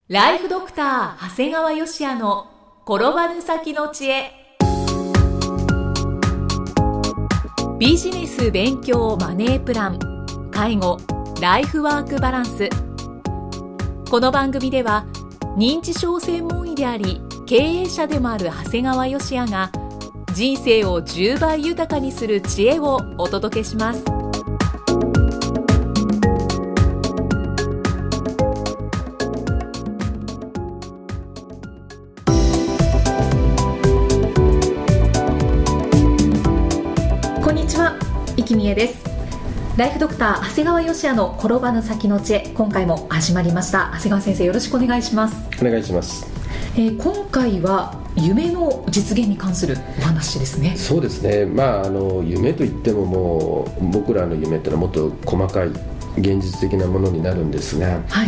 ライフドクター長谷川芳也の転ばぬ先の知恵。ビジネス勉強マネープラン、介護、ライフワークバランス。この番組では認知症専門医であり経営者でもある長谷川芳也が人生を10倍豊かにする知恵をお届けします。こんにちは、生きみえです。ライフドクター長谷川芳也の転ばぬ先の知恵、今回も始まりました。長谷川先生、よろしくお願いします。 お願いします。 今回は夢の実現に関するお話ですね。 そうですね、夢といってももう僕らの夢ってのはもっと細かい現実的なものになるんですが、 はい、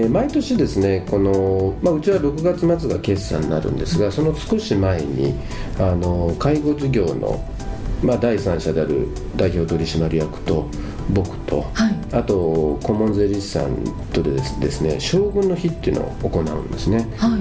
毎年ですね、うちは6月末が決算になるんですが、その少し前に介護事業の第三者である代表取締役と僕と、はい、あと顧問税理士さんとでですね、将軍の日っていうのを行うんですね。はい、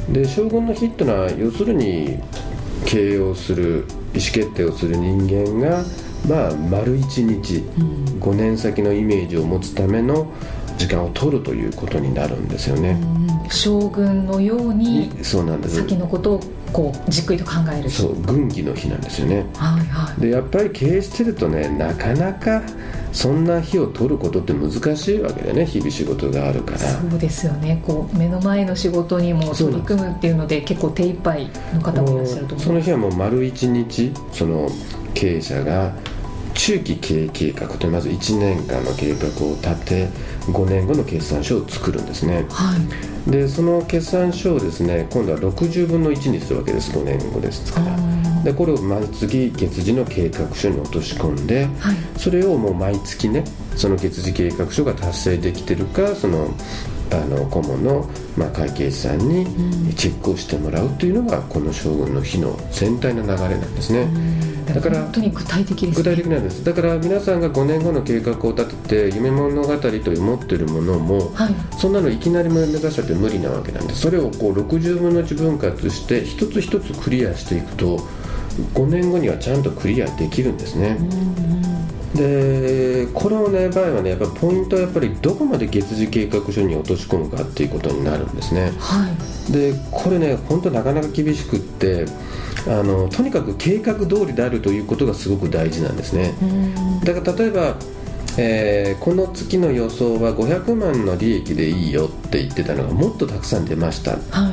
で将軍の日っていうのは要するに経営をする、意思決定をする人間が丸1日、5年先のイメージを持つための時間を取るということになるんですよね。 将軍のようにそうなんです。 先のことをじっくりと考える。 そう、軍議の日なんですよね。 はいはい、 でやっぱり経営してるとね、なかなかそんな日を取ることって難しいわけでね、日々仕事があるから。 そうですよね。目の前の仕事にも取り組むっていうので結構手一杯の方もいらっしゃると思います。 その日はもう丸1日、その経営者が中期経営計画というまず1年間の計画を立て、5年後の決算書を作るんですね。はい、でその決算書をですね、今度は60分の1にするわけです。5年後ですから。でこれを毎月月次の計画書に落とし込んで、はい、それをもう毎月ね、その月次計画書が達成できてるか、その顧問の会計士さんにチェックをしてもらうというのがこの将軍の日の全体の流れなんですね。だから本当に具体的ですね。 具体的なんです。だから皆さんが5年後の計画を立てて夢物語と思っているものも、はい、そんなのいきなり目指したって無理なわけなんで、それを60分の1分割して一つ一つクリアしていくと5年後にはちゃんとクリアできるんですね。でこの、場合はね、やっぱポイントはやっぱりどこまで月次計画書に落とし込むかっていうことになるんですね。はい、でこれね、本当なかなか厳しくって、とにかく計画通りであるということがすごく大事なんですね。だから例えば、この月の予想は500万の利益でいいよって言ってたのがもっとたくさん出ました。はい、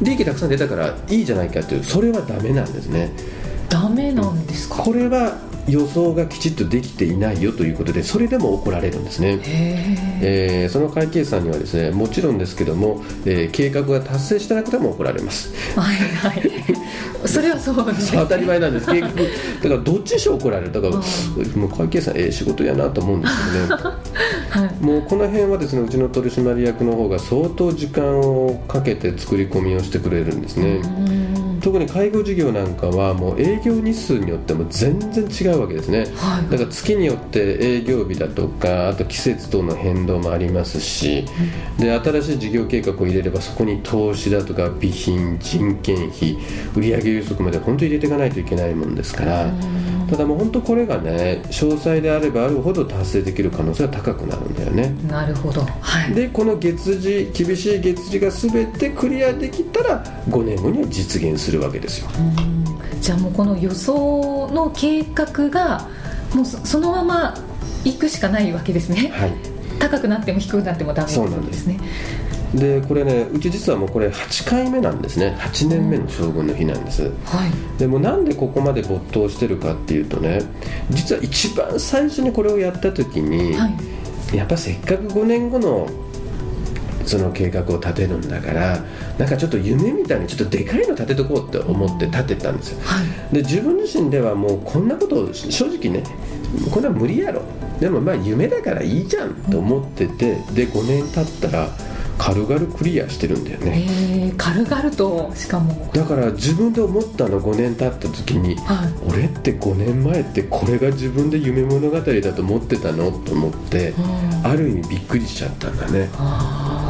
利益たくさん出たからいいじゃないかという、それはダメなんですね。 ダメなんですか？これは予想がきちっとできていないよということで、それでも怒られるんですね。その会計士さんにはですね、もちろんですけども、計画が達成してなくても怒られます。はいはい、 それはそうですね。 当たり前なんです。計画だからどっちにしろ怒られる。だからもう会計士さん仕事やなと思うんですけどね。はい、もうこの辺はですね、うちの取締役の方が相当時間をかけて作り込みをしてくれるんですね。特に介護事業なんかはもう営業日数によっても全然違うわけですね。はい、だから月によって営業日だとか、あと季節等の変動もありますし、で新しい事業計画を入れればそこに投資だとか備品、人件費、売上予測まで本当に入れていかないといけないもんですから、ただもう本当これがね、詳細であればあるほど達成できる可能性が高くなるんだよね。 なるほど。はい、 でこの月次、厳しい月次が全てクリアできたら5年後には実現するわけですよ。 じゃあもうこの予想の計画がもうそのまま行くしかないわけですね。はい、高くなっても低くなってもダメなんですね。 でこれね、うち実はもうこれ8回目なんですね。8年目の将軍の日なんです。はい、でもなんでここまで没頭してるかっていうとね、実は一番最初にこれをやった時に、はい、やっぱせっかく5年後のその計画を立てるんだから、なんかちょっと夢みたいにちょっとでかいの立てとこうって思って立てたんですよ。はい、で自分自身ではもうこんなことを正直ね、こんな無理やろ、でも夢だからいいじゃんと思ってて、で5年経ったら軽々クリアしてるんだよね。 軽々と。しかもだから自分で思ったの、5年経った時に、はい、俺って5年前ってこれが自分で夢物語だと思ってたのと思って、ある意味びっくりしちゃったんだね。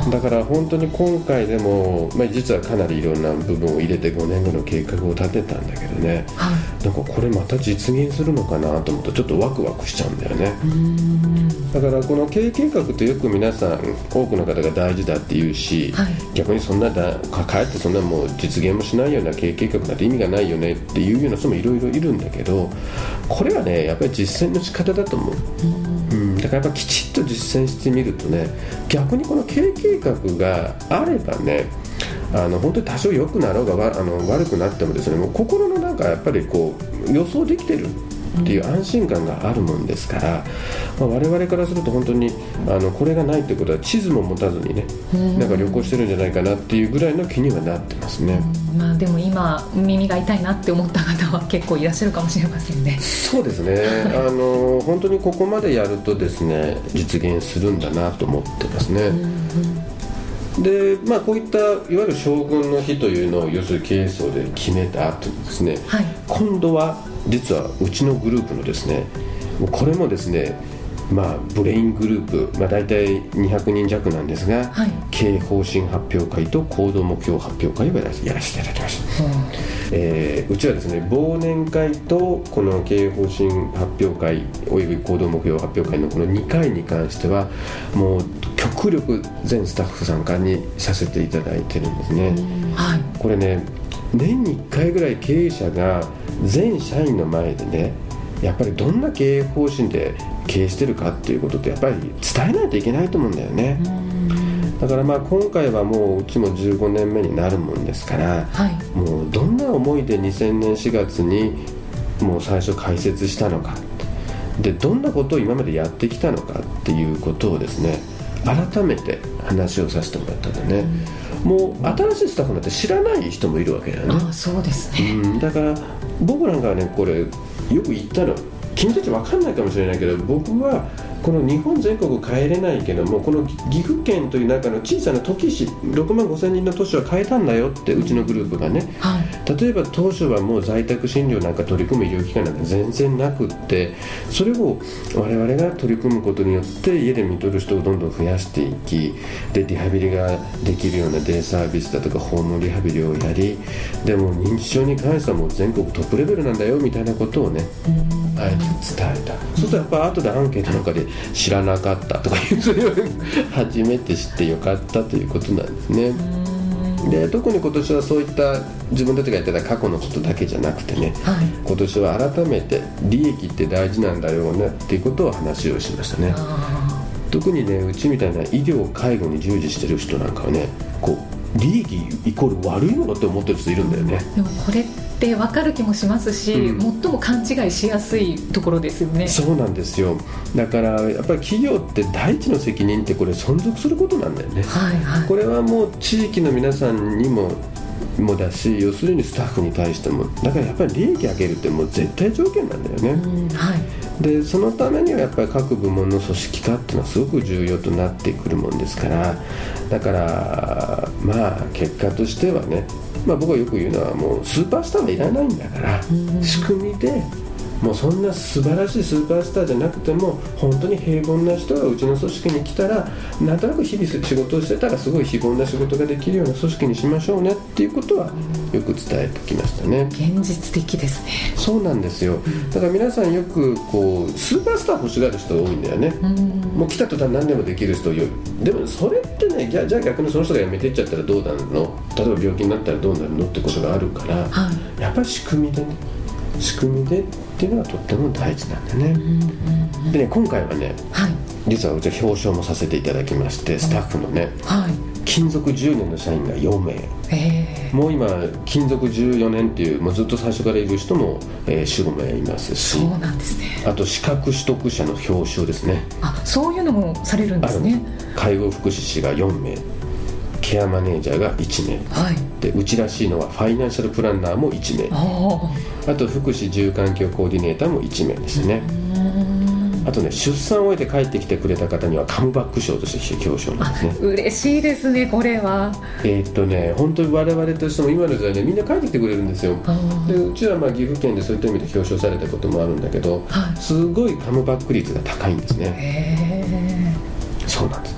だから本当に今回でも、実はかなりいろんな部分を入れて5年後の計画を立てたんだけどね、なんかこれまた実現するのかなと思うとちょっとワクワクしちゃうんだよね。だからこの経営計画ってよく皆さん多くの方が大事だって言うし、逆にそんなかえってそんなもう実現もしないような経営計画なんて意味がないよねっていうような人もいろいろいるんだけど、これはねやっぱり実践の仕方だと思う。だからやっぱきちっと実践してみるとね、逆にこの経営計画があればね、本当に多少良くなろうが悪くなってもですね、もう心のなんかやっぱりこう予想できてるっていう安心感があるもんですから、我々からすると本当にこれがないってことは地図も持たずにね、なんか旅行してるんじゃないかなっていうぐらいの気にはなってますね。 でも今耳が痛いなって思った方は結構いらっしゃるかもしれませんね。 そうですね本当にここまでやるとですね実現するんだなと思ってますね。でこういったいわゆる将軍の日というのを要するに経営層で決めた後にですね、今度は実はうちのグループのですね、これもですねブレイングループ、大体200人弱なんですが、経営方針発表会と行動目標発表会をやらせていただきました。うちはですね忘年会とこの経営方針発表会および行動目標発表会のこの2回に関してはもう極力全スタッフ参加にさせていただいてるんですね。これね年に1回ぐらい経営者が全社員の前でねやっぱりどんな経営方針で経営してるかっていうことってやっぱり伝えないといけないと思うんだよね。だから今回はもううちも15年目になるもんですから、もうどんな思いで2000年4月にもう最初開設したのかでどんなことを今までやってきたのかっていうことをですね改めて話をさせてもらったんだね。もう新しいスタッフなんて知らない人もいるわけだよね。 そうですね、 だから僕なんかはねこれよく言ったの、君たち分かんないかもしれないけど僕はこの日本全国変えれないけどもこの岐阜県という中の小さな都市6万5千人の都市は変えたんだよってうちのグループがね、例えば当初はもう在宅診療なんか取り組む医療機関なんか全然なくってそれを我々が取り組むことによって家で見とる人をどんどん増やしていきでリハビリができるようなデイサービスだとか訪問リハビリをやりでも認知症に関してはもう全国トップレベルなんだよみたいなことをねあえて伝えた。そうするとやっぱ後でアンケートなんかで知らなかったとかいうそれを初めて知ってよかったということなんですね。で特に今年はそういった自分たちがやってた過去のことだけじゃなくてね、今年は改めて利益って大事なんだよねっていうことを話をしましたね。特にねうちみたいな医療介護に従事してる人なんかはねこう利益イコール悪いものって思ってる人いるんだよね。 でもこれって分かる気もしますし、最も勘違いしやすいところですよね。 そうなんですよ。だからやっぱり企業って第一の責任ってこれ存続することなんだよね。これはもう地域の皆さんにもだし要するにスタッフに対してもだからやっぱり利益上げるってもう絶対条件なんだよね。でそのためにはやっぱり各部門の組織化っていうのはすごく重要となってくるもんですからだから結果としてはね僕はよく言うのはもうスーパースターはいらないんだから仕組みでもうそんな素晴らしいスーパースターじゃなくても本当に平凡な人がうちの組織に来たらなんとなく日々仕事をしてたらすごい非凡な仕事ができるような組織にしましょうねっていうことはよく伝えてきましたね。 現実的ですね。 そうなんですよ。だから皆さんよくこうスーパースター欲しがる人が多いんだよね。もう来た途端何でもできる人よりでもそれってねじゃあ逆にその人が辞めてっちゃったらどうなるの例えば病気になったらどうなるのってことがあるから、やっぱり仕組みでっていうのがとっても大事なんだよね。でね今回はね、実はうちは表彰もさせていただきましてスタッフのね、勤続10年の社員が4名、もう今勤続14年っていうもうずっと最初からいる人も、4、5名いますしそうなんですね。 あと資格取得者の表彰ですね。 そういうのもされるんですね。 介護福祉士が4名ケアマネージャーが1名、でうちらしいのはファイナンシャルプランナーも1名あと福祉住環境コーディネーターも1名ですね。あとね出産を終えて帰ってきてくれた方にはカムバック賞として表彰なんですね。 嬉しいですねこれは。 本当に我々としても今の時代でみんな帰ってきてくれるんですよ。でうちは岐阜県でそういった意味で表彰されたこともあるんだけど、すごいカムバック率が高いんですね。そうなんです。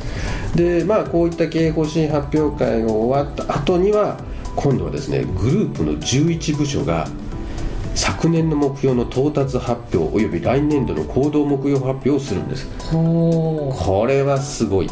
でこういった経営方針発表会が終わった後には今度はですねグループの11部署が昨年の目標の到達発表および来年度の行動目標発表をするんです。これはすごい。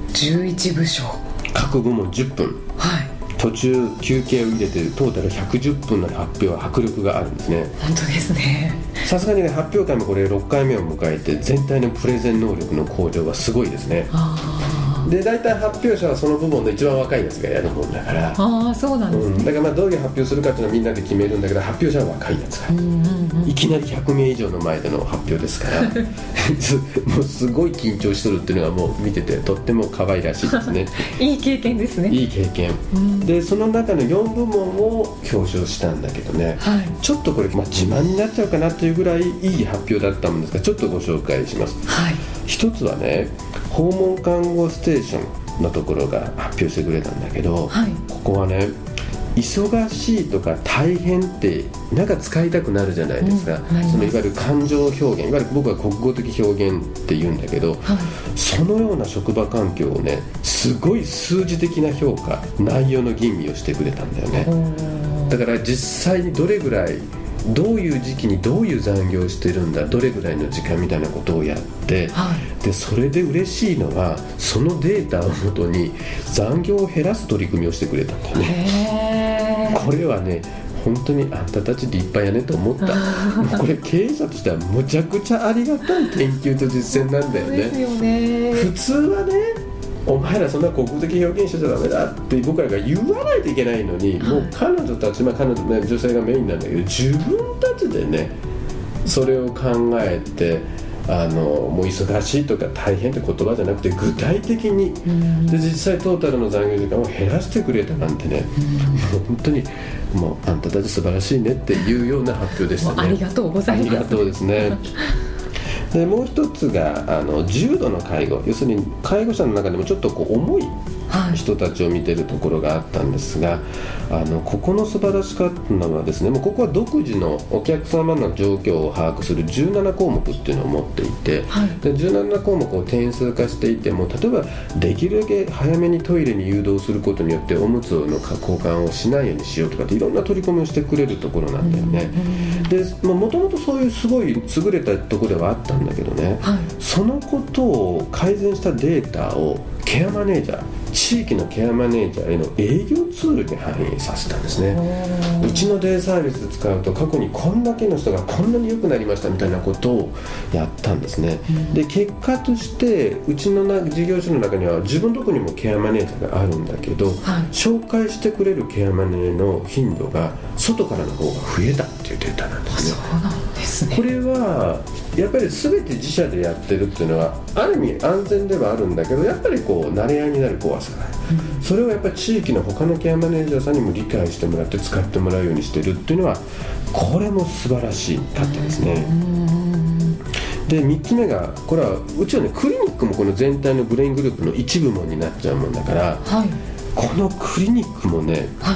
11部署、 各部門10分、 はい、 途中休憩を入れてトータル110分の発表は迫力があるんですね。 本当ですね。 さすがにね発表会もこれ6回目を迎えて全体のプレゼン能力の向上はすごいですね。で大体発表者はその部門の一番若いやつがやるもんだから。 そうなんですね。 だからどういう発表するかっていうのはみんなで決めるんだけど、発表者は若いやつが、いきなり100名以上の前での発表ですからもうすごい緊張しとるっていうのがもう見ててとっても可愛らしいですねいい経験ですね。 いい経験、でその中の4部門を表彰したんだけどね、はい、ちょっとこれ、自慢になっちゃうかなというぐらいいい発表だったもんですがちょっとご紹介します、はい、一つはね訪問看護ステーションのところが発表してくれたんだけど、はい、ここはね忙しいとか大変ってなんか使いたくなるじゃないですか、そのいわゆる感情表現、いわゆる僕は国語的表現って言うんだけど、はい、そのような職場環境をねすごい数字的な評価内容の吟味をしてくれたんだよね。だから実際にどれぐらいどういう時期にどういう残業をしてるんだ、どれぐらいの時間みたいなことをやって、はい、でそれで嬉しいのはそのデータをもとに残業を減らす取り組みをしてくれたんだよね。これはね本当にあんたたち立派やねと思ったもうこれ経営者としてはむちゃくちゃありがたい研究と実践なんだよね。 ですよね。 普通はねお前らそんな国語的表現しちゃダメだって僕らが言わないといけないのに、もう彼女たち、彼女、ね、女性がメインなんだけど自分たちでねそれを考えてもう忙しいとか大変って言葉じゃなくて具体的にで実際トータルの残業時間を減らしてくれたなんてね、もう本当にもうあんたたち素晴らしいねっていうような発表でしたね。 ありがとうございます。 ありがとうですねでもう一つが重度の介護、要するに介護者の中でもちょっと重い人たちを見てるところがあったんですが、ここの素晴らしかったのはですね、もうここは独自のお客様の状況を把握する17項目っていうのを持っていて、はい、で17項目を点数化していても、例えばできるだけ早めにトイレに誘導することによっておむつの交換をしないようにしようとかっていろんな取り組みをしてくれるところなんだよね。でもともとそういうすごい優れたところではあったんだけどね、はい、そのことを改善したデータをケアマネージャー、地域のケアマネージャーへの営業ツールに反映させたんですね。うちのデイサービスで使うと過去にこんだけの人がこんなに良くなりましたみたいなことをやったんですね、で結果としてうちの事業所の中には自分のところにもケアマネージャーがあるんだけど、はい、紹介してくれるケアマネーの頻度が外からの方が増えたっていうデータなんですね。 そうなんですね。 これはやっぱり全て自社でやってるっていうのはある意味安全ではあるんだけど、やっぱり慣れ合いになる怖さがある、それをやっぱり地域の他のケアマネージャーさんにも理解してもらって使ってもらうようにしてるっていうのはこれも素晴らしかったですね。で3つ目がこれはうちはねクリニックもこの全体のブレイングループの一部門になっちゃうもんだから、はい、このクリニックもね、はい、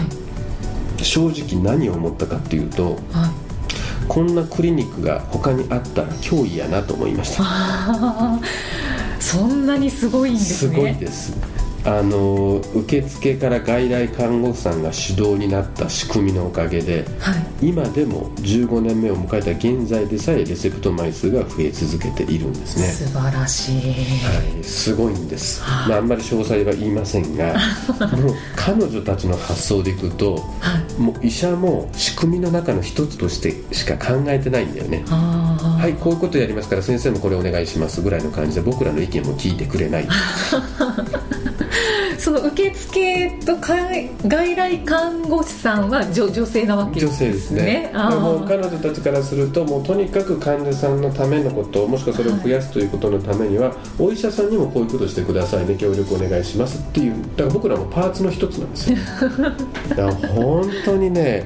正直何を思ったかっていうと、はい、こんなクリニックが他にあったら脅威やなと思いました。 そんなにすごいんですね。 すごいです。受付から外来看護師さんが主導になった仕組みのおかげで、はい、今でも15年目を迎えた現在でさえレセプト枚数が増え続けているんですね。 素晴らしい、 はい、すごいんです、あんまり詳細は言いませんがもう彼女たちの発想でいくと、はい、もう医者も仕組みの中の一つとしてしか考えてないんだよね。はい、こういうことやりますから先生もこれお願いしますぐらいの感じで僕らの意見も聞いてくれないその受付と外来看護師さんは 女性なわけですね。 女性ですね。でも彼女たちからするともうとにかく患者さんのためのこともしくはそれを増やすということのためには、はい、お医者さんにもこういうことしてくださいね、協力お願いしますっていう、だから僕らもパーツの一つなんですよだから本当にね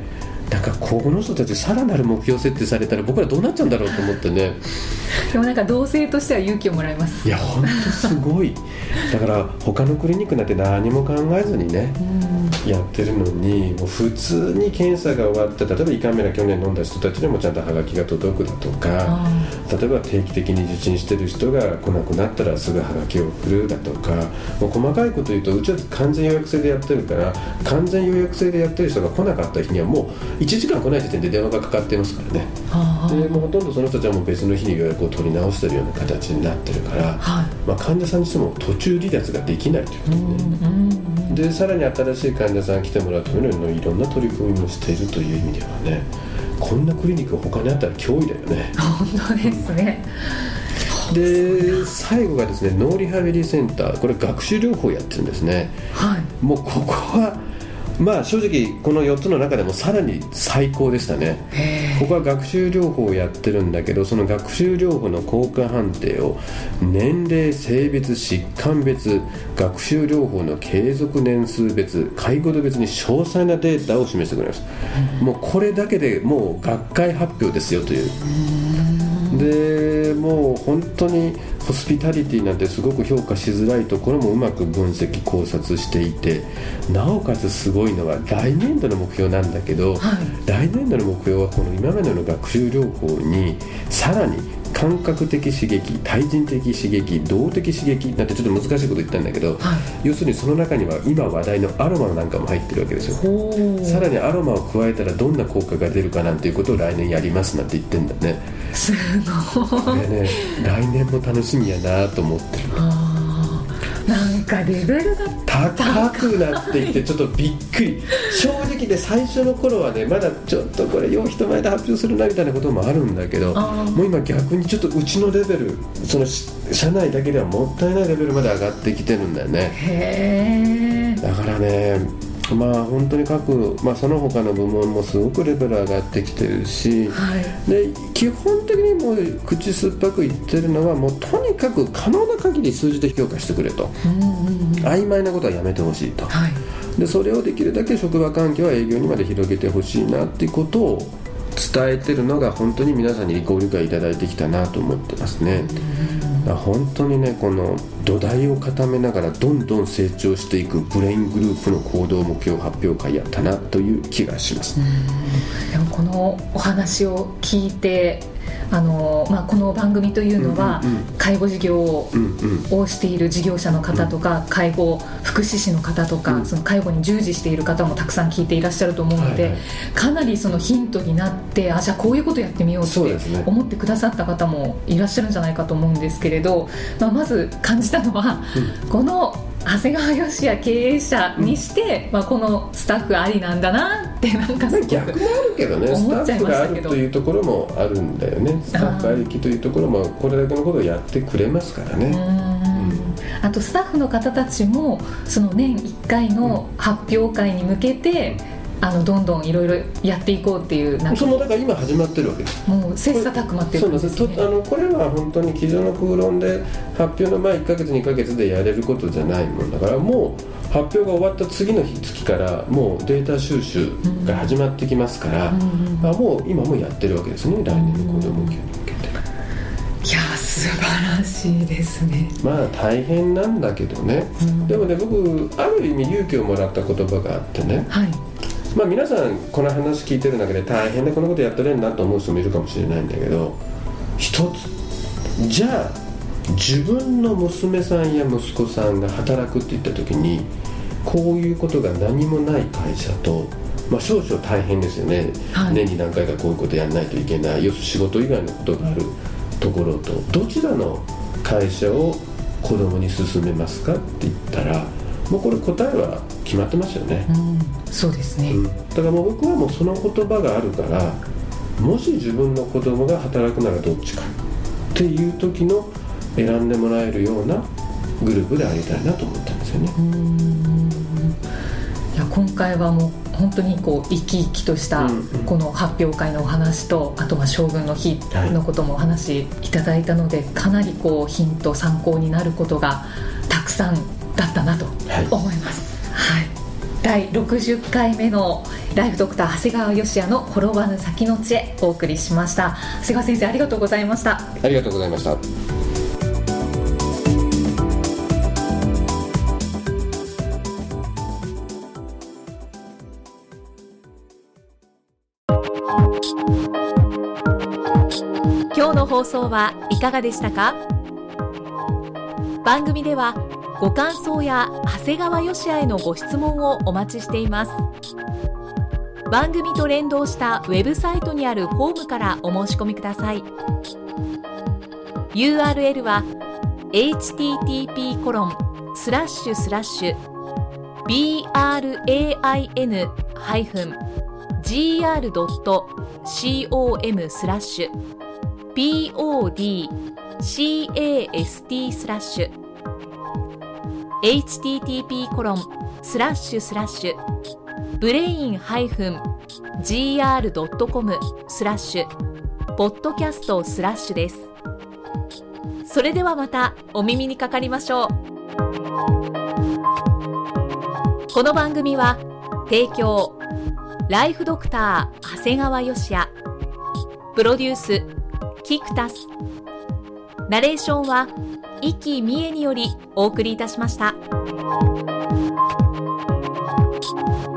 なんかこの人たちさらなる目標設定されたら僕らどうなっちゃうんだろうと思ってね。 でもなんか同性としては勇気をもらいます。 いや本当すごい。だから他のクリニックなんて何も考えずにね、やってるのに、もう普通に検査が終わって、例えば胃カメラ去年飲んだ人たちでもちゃんとハガキが届くだとか、例えば定期的に受診してる人が来なくなったらすぐハガキを送るだとか、もう細かいこと言うとうちは完全予約制でやってるから、完全予約制でやってる人が来なかった日にはもう1時間来ない時点で電話がかかってますからね。でもうほとんどその人たちはもう別の日に予約を取り直してるような形になってるから、患者さんにしても途中離脱ができないということね。でさらに新しい患者さん来てもらうためのいろんな取り組みもしているという意味ではね、こんなクリニックが他にあったら脅威だよね。 本当ですね。 で最後がですね、脳リハビリセンター、これ学習療法やってるんですね。もうここはまあ正直この4つの中でもさらに最高でしたね。ここは学習療法をやってるんだけど、その学習療法の効果判定を年齢、性別、疾患別、学習療法の継続年数別、介護度別に詳細なデータを示してくれます。もうこれだけでもう学会発表ですよという。でもう本当にホスピタリティなんてすごく評価しづらいところもうまく分析考察していて、なおかつすごいのは来年度の目標なんだけど、来年度の目標はこの今までの学習療法にさらに感覚的刺激、対人的刺激、動的刺激なんてちょっと難しいこと言ったんだけど、要するにその中には今話題のアロマなんかも入ってるわけですよ。さらにアロマを加えたらどんな効果が出るかなんていうことを来年やりますなんて言ってんだね。 すごい。これね、来年も楽しみやなと思ってる。 なんかレベルが高くなっていてちょっとびっくり。正直で最初の頃はね、まだちょっとこれよう人前で発表するなみたいなこともあるんだけど、もう今逆にちょっとうちのレベル、その社内だけではもったいないレベルまで上がってきてるんだよね。だからね、まあ本当に各、その他の部門もすごくレベル上がってきてるし、で基本的にもう口酸っぱく言ってるのは、もうとにかく可能な限り数字で評価してくれと、曖昧なことはやめてほしいと、でそれをできるだけ職場環境は営業にまで広げてほしいなっていうことを伝えてるのが本当に皆さんにご理解いただいてきたなと思ってますね。本当にね、この土台を固めながらどんどん成長していくブレイングループの行動目標発表会やったなという気がします。 でもこのお話を聞いて、この番組というのは、介護事業をしている事業者の方とか、介護福祉士の方とか、その介護に従事している方もたくさん聞いていらっしゃると思うので、かなりそのヒントになって、じゃあこういうことやってみようって思ってくださった方もいらっしゃるんじゃないかと思うんですけれど、まず感じたのは、この長谷川芳也経営者にして、このスタッフありなんだなってなんかすごく逆もあるけどね、スタッフがあるというところもあるんだよね。スタッフありきというところもこれだけのことをやってくれますからね。 あとスタッフの方たちもその年1回の発表会に向けて、どんどんいろいろやっていこうっていう、 だから今始まってるわけです。 もう切磋琢磨っていうことですね。 これは本当に机上の空論で発表の前1ヶ月2ヶ月でやれることじゃないもんだから、もう発表が終わった次の月からもうデータ収集が始まってきますから、もう今もやってるわけですね、来年の行動目標に向けて。 いや素晴らしいですね。 大変なんだけどね、でもね、僕ある意味勇気をもらった言葉があってね、皆さんこの話聞いてる中で大変でこのことやってれんなと思う人もいるかもしれないんだけど、一つ、じゃあ自分の娘さんや息子さんが働くって言った時に、こういうことが何もない会社と、少々大変ですよね、年に何回かこういうことやらないといけない、要するに仕事以外のことがあるところと、どちらの会社を子供に勧めますかって言ったら、もうこれ答えは決まってますよね。 そうですね。 だからもう僕はもうその言葉があるから、もし自分の子供が働くならどっちかっていう時の選んでもらえるようなグループでありたいなと思ったんですよね。 いや今回はもう本当にこう生き生きとしたこの発表会のお話と、あとは将軍の日のこともお話しいただいたので、かなりこうヒント参考になることがたくさんだったなと思います。 第60回目のライフドクター長谷川芳也の転ばぬ先の知恵お送りしました。長谷川先生、ありがとうございました。 ありがとうございました。 今日の放送はいかがでしたか？番組ではご感想や長谷川芳也へのご質問をお待ちしています。番組と連動したウェブサイトにあるフォームからお申し込みください。 URL は http://brain-gr.com/podcast/ です。それではまたお耳にかかりましょう。この番組は提供ライフドクター長谷川芳也、プロデュースキクタス、ナレーションは生きみえによりお送りいたしました。